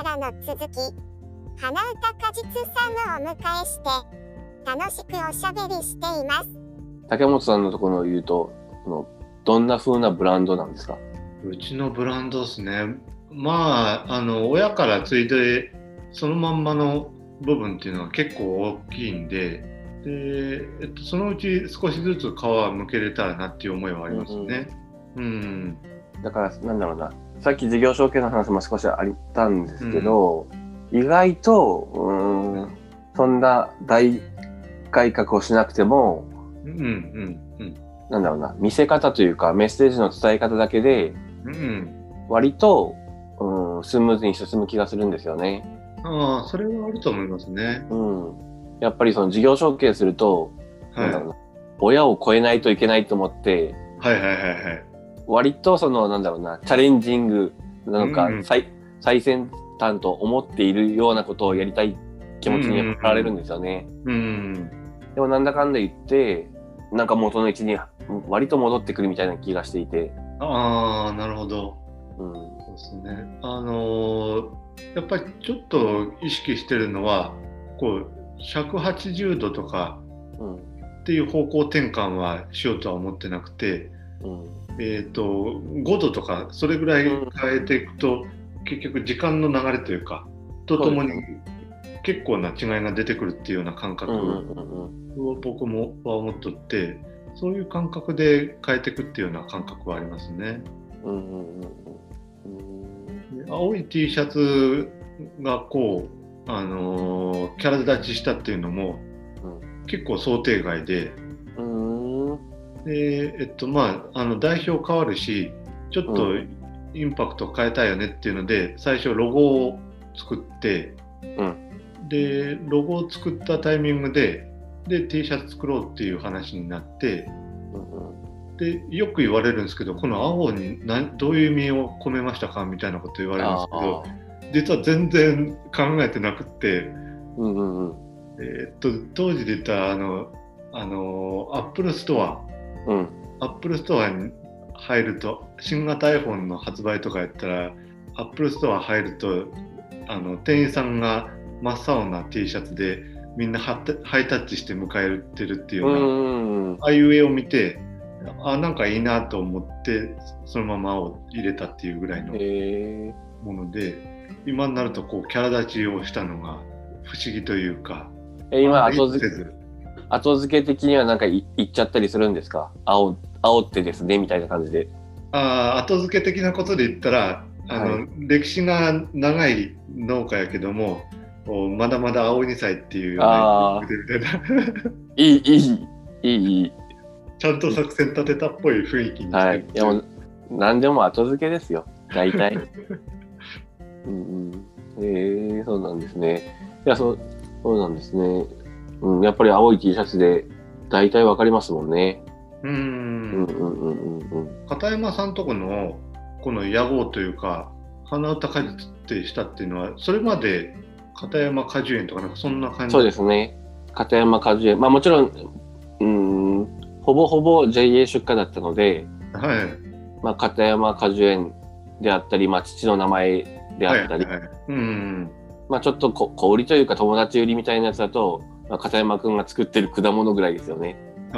からの続き、花歌果実さんをお迎えして楽しくおしゃべりしています。 竹本さんのところを言うと、どんな風なブランドなんですか？ うちのブランドですね。まあ、親から継いでそのまんまの部分っていうのは結構大きいんで、そのうち少しずつ皮をむけれたらなっていう思いはありますね。 だからなんだろうな、さっき事業承継の話も少しあったんですけど、意外とそんな大改革をしなくても、なんだろうな、見せ方というかメッセージの伝え方だけで、割とスムーズに進む気がするんですよね。 ああ、それはあると思いますね。 やっぱりその事業承継すると、なんだろうな、親を超えないといけないと思って、割とそのなんだろうな、チャレンジングなのか、最先端と思っているようなことをやりたい気持ちに駆られるんですよね。でもなんだかんだ言ってなんか元の位置に割と戻ってくるみたいな気がしていて。 ああ、なるほど。そうですね。やっぱりちょっと意識してるのは、こう180度とかっていう方向転換はしようとは思ってなくて、5度とかそれぐらい変えていくと、結局時間の流れというかとともに結構な違いが出てくるっていうような感覚を僕もは思っとって、そういう感覚で変えていくっていうような感覚はありますね。青い T シャツがこう、キャラ立ちしたっていうのも結構想定外で、まあ、代表変わるしちょっとインパクト変えたいよねっていうので、最初ロゴを作って、でロゴを作ったタイミングで T シャツ作ろうっていう話になって、でよく言われるんですけど、この青にどういう意味を込めましたかみたいなこと言われるんですけど、実は全然考えてなくって、当時で言ったアップルストア、アップルストアに入ると、新型 iPhone の発売とかやったらアップルストア入ると店員さんが真っ青な T シャツでみんなハイタッチして迎えてるっていうような、ああいう絵を見て、なんかいいなと思ってそのままを入れたっていうぐらいのもので、今になるとこうキャラ立ちをしたのが不思議というか。 今後付け的にはなんか言っちゃったりするんですか？青ってですねみたいな感じで。 後付け的なことで言ったら、歴史が長い農家やけどもまだまだ青2歳っていうようなみたいな。いいちゃんと作戦立てたっぽい雰囲気にしてる。 いやもう何でも後付けですよ大体。そうなんですね。いやそうなんですね。やっぱり青い T シャツで大体わかりますもんね。 片山さんとこのこの野望というか花歌果実ってしたっていうのは、それまで片山果樹園とかなんかそんな感じ？ そうですね。片山果樹園、まあもちろんほぼほぼ JA 出荷だったので、まあ片山果樹園であったり、まあ父の名前であったり、まあちょっと小売りというか友達売りみたいなやつだと、片山くんが作ってる果物ぐらいですよね。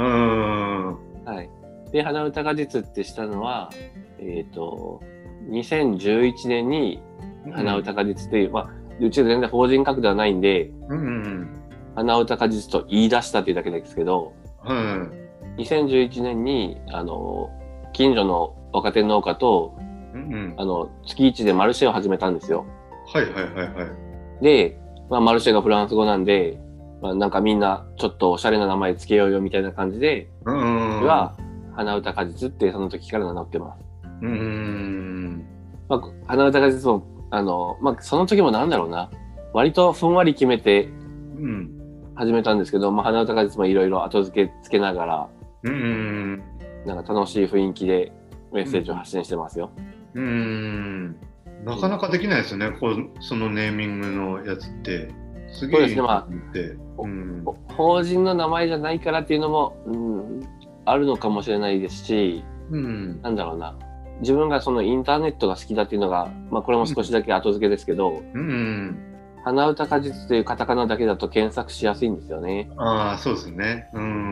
で花歌果実ってしたのは、2011年に花歌果実っていう、うちは全然法人格ではないんで、花歌果実と言い出したっていうだけですけど、2011年に近所の若手農家と、月1でマルシェを始めたんですよ。で、マルシェがフランス語なんで、なんかみんなちょっとおしゃれな名前つけようよみたいな感じで、は花歌果実ってその時から名乗ってます。花歌果実もその時もなんだろうな、割とふんわり決めて始めたんですけど、花歌果実もいろいろ後付けつけながら、なんか楽しい雰囲気でメッセージを発信してますよ。 なかなかできないですよね、そのネーミングのやつって。すげえいいと思って。 法人の名前じゃないからっていうのも、あるのかもしれないですし、なんだろうな、 自分がそのインターネットが好きだっていうのが、まあこれも少しだけ後付けですけど、鼻歌果実というカタカナだけだと検索しやすいんですよね。 ああ、そうですね。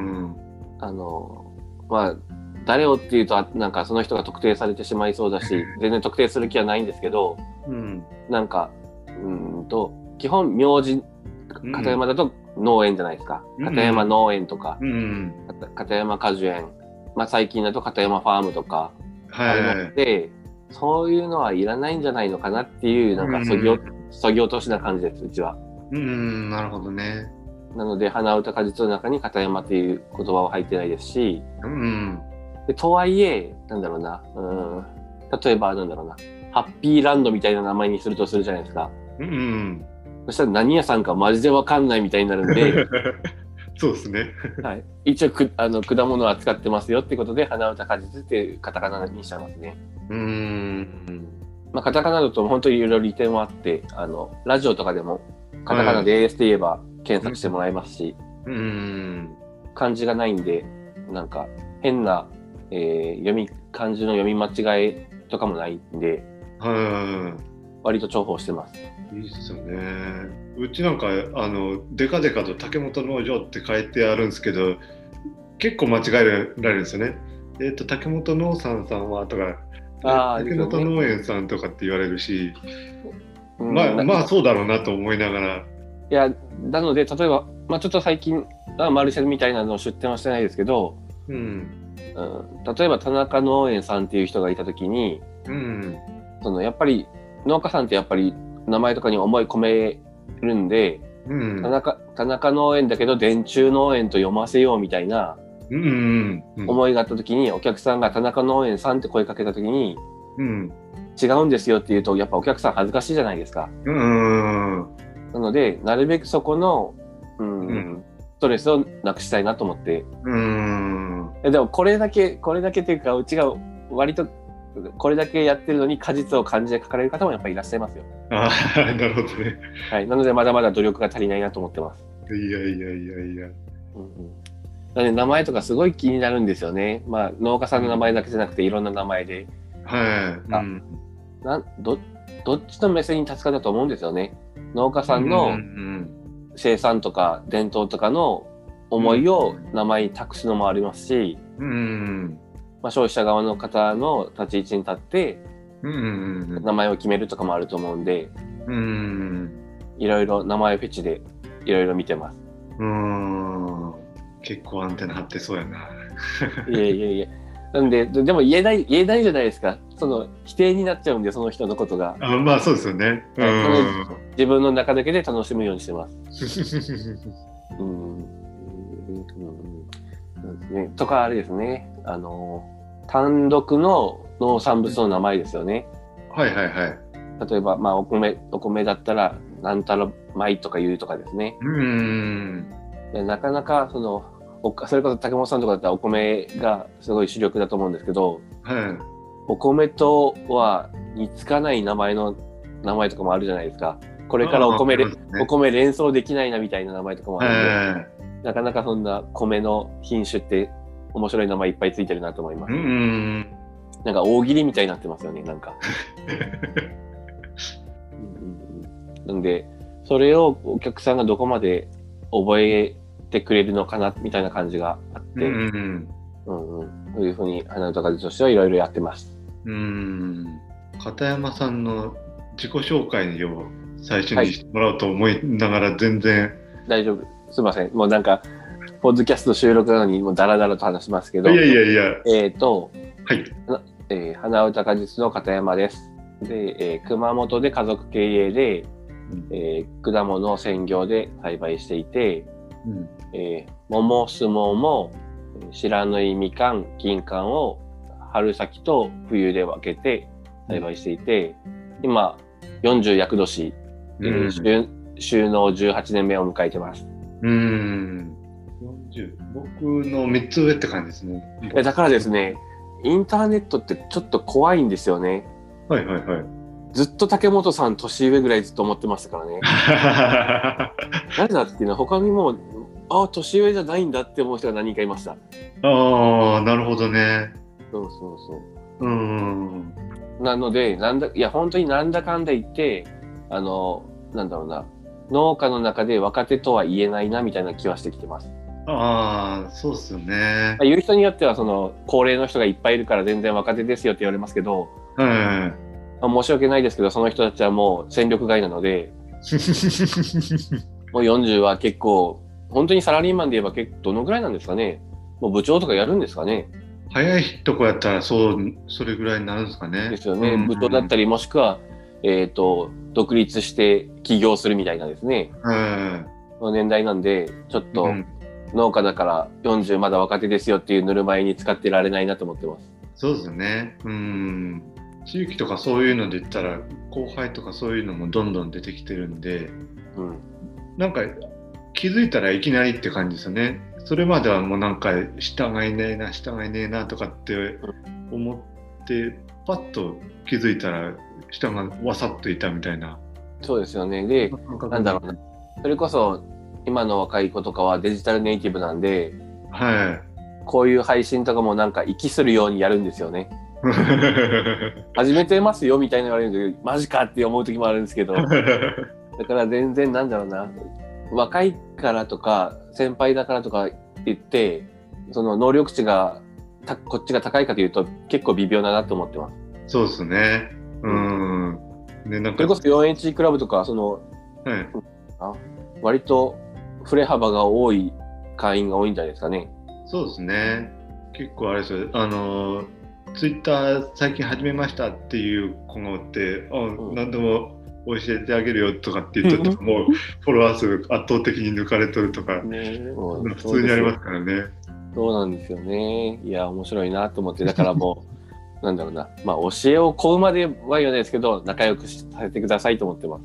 まあ誰をっていうとなんかその人が特定されてしまいそうだし、全然特定する気はないんですけど、なんか基本名字片山だと農園じゃないですか。片山農園とか、片山果樹園、まあ最近だと片山ファームとかあるので、そういうのはいらないんじゃないのかなっていうなんかそぎ落としな感じです、うちは。 なるほどね。 なので鼻歌果実の中に片山っていう言葉は入ってないですし、でとはいえなんだろうな、例えばなんだろうな、ハッピーランドみたいな名前にするとするじゃないですか。そしたら何屋さんかマジでわかんないみたいになるんでそうですね。 はい、一応果物を扱ってますよってことで鼻歌果実っていうカタカナにしちゃいますね。まあカタカナだと本当にいろいろ利点はあって、ラジオとかでもカタカナで AS って言えば検索してもらえますし、漢字がないんでなんか変な、漢字の読み間違えとかもないんで、割と重宝してます。 いいっすよね。うちなんかデカデカと竹本農場って書いてあるんですけど、結構間違えられるんですよね。竹本農産さんはとか、竹本農園さんとかって言われるし、まあそうだろうなと思いながら。 いや、なので例えば、まあ、ちょっと最近マルシェみたいなのを出店はしてないですけど、例えば田中農園さんっていう人がいた時に、やっぱり農家さんってやっぱり名前とかに思い込めるんで、田中農園だけど電柱農園と読ませようみたいな思いがあった時に、お客さんが田中農園さんって声かけた時に、違うんですよって言うとやっぱお客さん恥ずかしいじゃないですか。なのでなるべくそこの、ストレスをなくしたいなと思って。でもこれだけっていうか、うちが割とこれだけやってるのに果実を漢字で書かれる方もやっぱりいらっしゃいますよ。 なるほどね。 はい、なのでまだまだ努力が足りないなと思ってます。 いや。 なので名前とかすごい気になるんですよね。まあ農家さんの名前だけじゃなくていろんな名前で、どっちの目線に立つかだと思うんですよね。農家さんの生産とか伝統とかの思いを名前に託すのもありますし、まあ、消費者側の方の立ち位置に立って名前を決めるとかもあると思うんで、いろいろ名前フェチでいろいろ見てます。 結構アンテナ張ってそうやな。 いやなんででも言えないじゃないですか。その否定になっちゃうんで、その人のことが。 まあそうですよね。 自分の中だけで楽しむようにしてます。とかあれですね。単独の農産物の名前ですよね。例えば、まあ、お米だったらなんたら米とかいうとかですね。なかなかそれこそ竹本さんとかだったらお米がすごい主力だと思うんですけど、お米とは似つかない名前とかもあるじゃないですか。これからお米連想できないなみたいな名前とかもあるんで、なかなかそんな米の品種って面白い名前いっぱいついてるなと思います。なんか大喜利みたいになってますよね、なんか。なんでそれをお客さんがどこまで覚えてくれるのかなみたいな感じがあって、そういうふうに花歌果実としてはいろいろやってます。 片山さんの自己紹介を最初にしてもらおうと思いながら全然、 大丈夫、すいません。もうなんかポッドキャスト収録なのにもうダラダラと話しますけど、花歌果実の片山です。で、熊本で家族経営で、果物を専業で栽培していて、桃、すもも、白縫いみかん、金柑を春先と冬で分けて栽培していて、今40厄年、収納18年目を迎えてます。 僕の3つ上って感じですね。 だからですね、インターネットってちょっと怖いんですよね。ずっと竹本さん年上ぐらいずっと思ってましたからね。誰だっていうのは他にも年上じゃないんだって思う人が何人かいました。 なるほどね。 そう。 なので、いや、本当になんだかんだ言って、なんだろうな、農家の中で若手とは言えないな、みたいな気はしてきてます。 ああ、そうっすよね。 言う人によっては、高齢の人がいっぱいいるから全然若手ですよって言われますけど、申し訳ないですけど、その人たちはもう戦力外なので、もう40は結構、本当にサラリーマンで言えばどのぐらいなんですかね。もう部長とかやるんですかね。 早いとこやったらそれぐらいになるんですかね。 ですよね。部長だったり、もしくは、独立して起業するみたいなですね。の年代なんで、ちょっと農家だから40まだ若手ですよっていうぬるま湯に使ってられないなと思ってます。 そうですね。地域とかそういうので言ったら、後輩とかそういうのもどんどん出てきてるんで、なんか気づいたらいきなりって感じですよね。それまではもうなんか下がいねえなとかって思ってパッと気づいたら下がわさっといたみたいな。 そうですよね。で、なんだろうな、それこそ今の若い子とかはデジタルネイティブなんで、こういう配信とかもなんか息するようにやるんですよね。始めてますよみたいな言われるんで、マジかって思う時もあるんですけど、だから全然なんだろうな、若いからとか先輩だからとか言ってその能力値がこっちが高いかというと結構微妙だなと思ってます。 そうですね。 ね、なんかそれこそ 4H クラブとか割と振れ幅が多い会員が多いんじゃないですかね。 そうですね。結構あれですよ。ツイッター最近始めましたっていう子がおって、何でも教えてあげるよとかって言っとってもうフォロワー数圧倒的に抜かれとるとか、普通にありますからね。 そうなんですよね。いや面白いなと思って、だからもうなんだろうな、まあ教えを請うまでは言わないですけど仲良くさせてくださいと思ってます。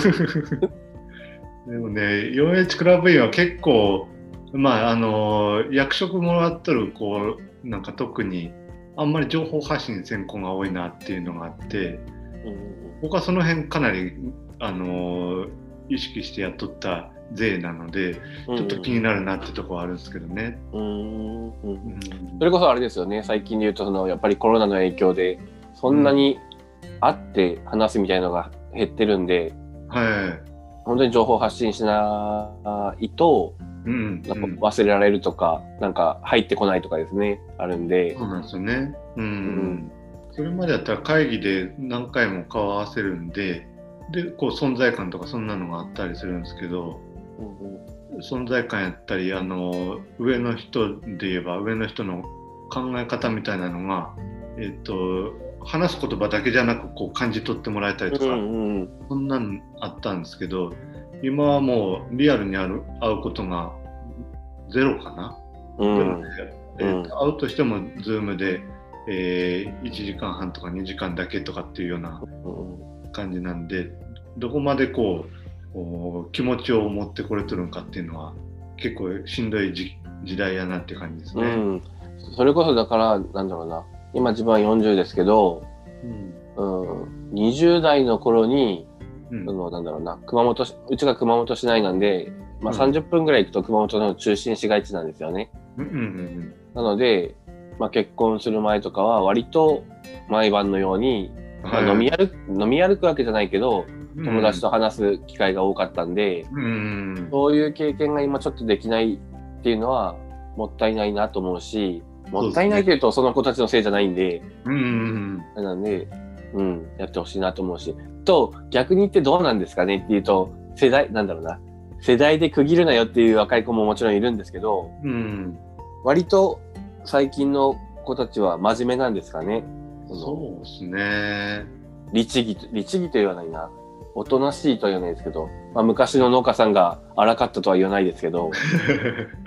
でもね、4H クラブ員は結構役職もらっとる子なんか特にあんまり情報発信せん子が多いなっていうのがあって、僕はその辺かなり意識してやっとった税なので、ちょっと気になるなってところはあるんですけどね。 それこそあれですよね、最近で言うとやっぱりコロナの影響でそんなに会って話すみたいなのが減ってるんで、本当に情報発信しないとなんか忘れられるとか、なんか入ってこないとかですね、あるんで。 そうなんですよね。それまでやったら会議で何回も顔合わせるんで、こう存在感とかそんなのがあったりするんですけど、存在感やったり上の人で言えば上の人の考え方みたいなのが、話す言葉だけじゃなくこう感じ取ってもらえたりとか、そんなのあったんですけど、今はもうリアルに会うことがゼロかな。会うとしても Zoom で、1時間半とか2時間だけとかっていうような感じなんで、どこまでこう気持ちを持ってこれとるんかっていうのは結構しんどい時代やなって感じですね。 それこそだからなんだろうな、今自分は40ですけど、20代の頃になんだろうな、うちが熊本市内なんで、30分ぐらい行くと熊本の中心市街地なんですよね。なので、結婚する前とかは割と毎晩のように、飲み歩くわけじゃないけど友達と話す機会が多かったんで、そういう経験が今ちょっとできないっていうのはもったいないなと思うし、もったいないというとその子たちのせいじゃないんで、なんで、やってほしいなと思うし、逆に言ってどうなんですかねっていうと、世代で区切るなよっていう若い子ももちろんいるんですけど、割と最近の子たちは真面目なんですかね。 そうですね。 律儀と言わないな、おとなしいとは言わないですけど、昔の農家さんが荒かったとは言わないですけどそう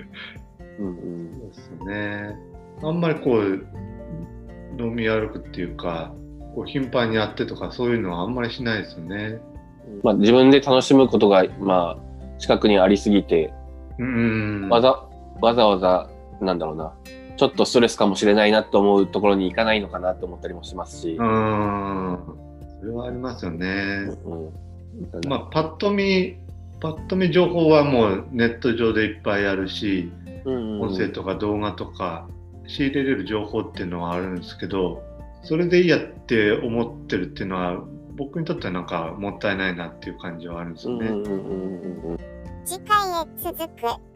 ですね。あんまりこう飲み歩くっていうか、こう頻繁に会ってとかそういうのはあんまりしないですよね。 自分で楽しむことが近くにありすぎて、わざわざなんだろうな、ちょっとストレスかもしれないなと思うところに行かないのかなと思ったりもしますし。 それはありますよね。パッと見情報はもうネット上でいっぱいあるし、音声とか動画とか仕入れれる情報っていうのはあるんですけど、 それでいいやって思ってるっていうのは僕にとってはなんかもったいないなっていう感じはあるんですよね。 次回へ続く。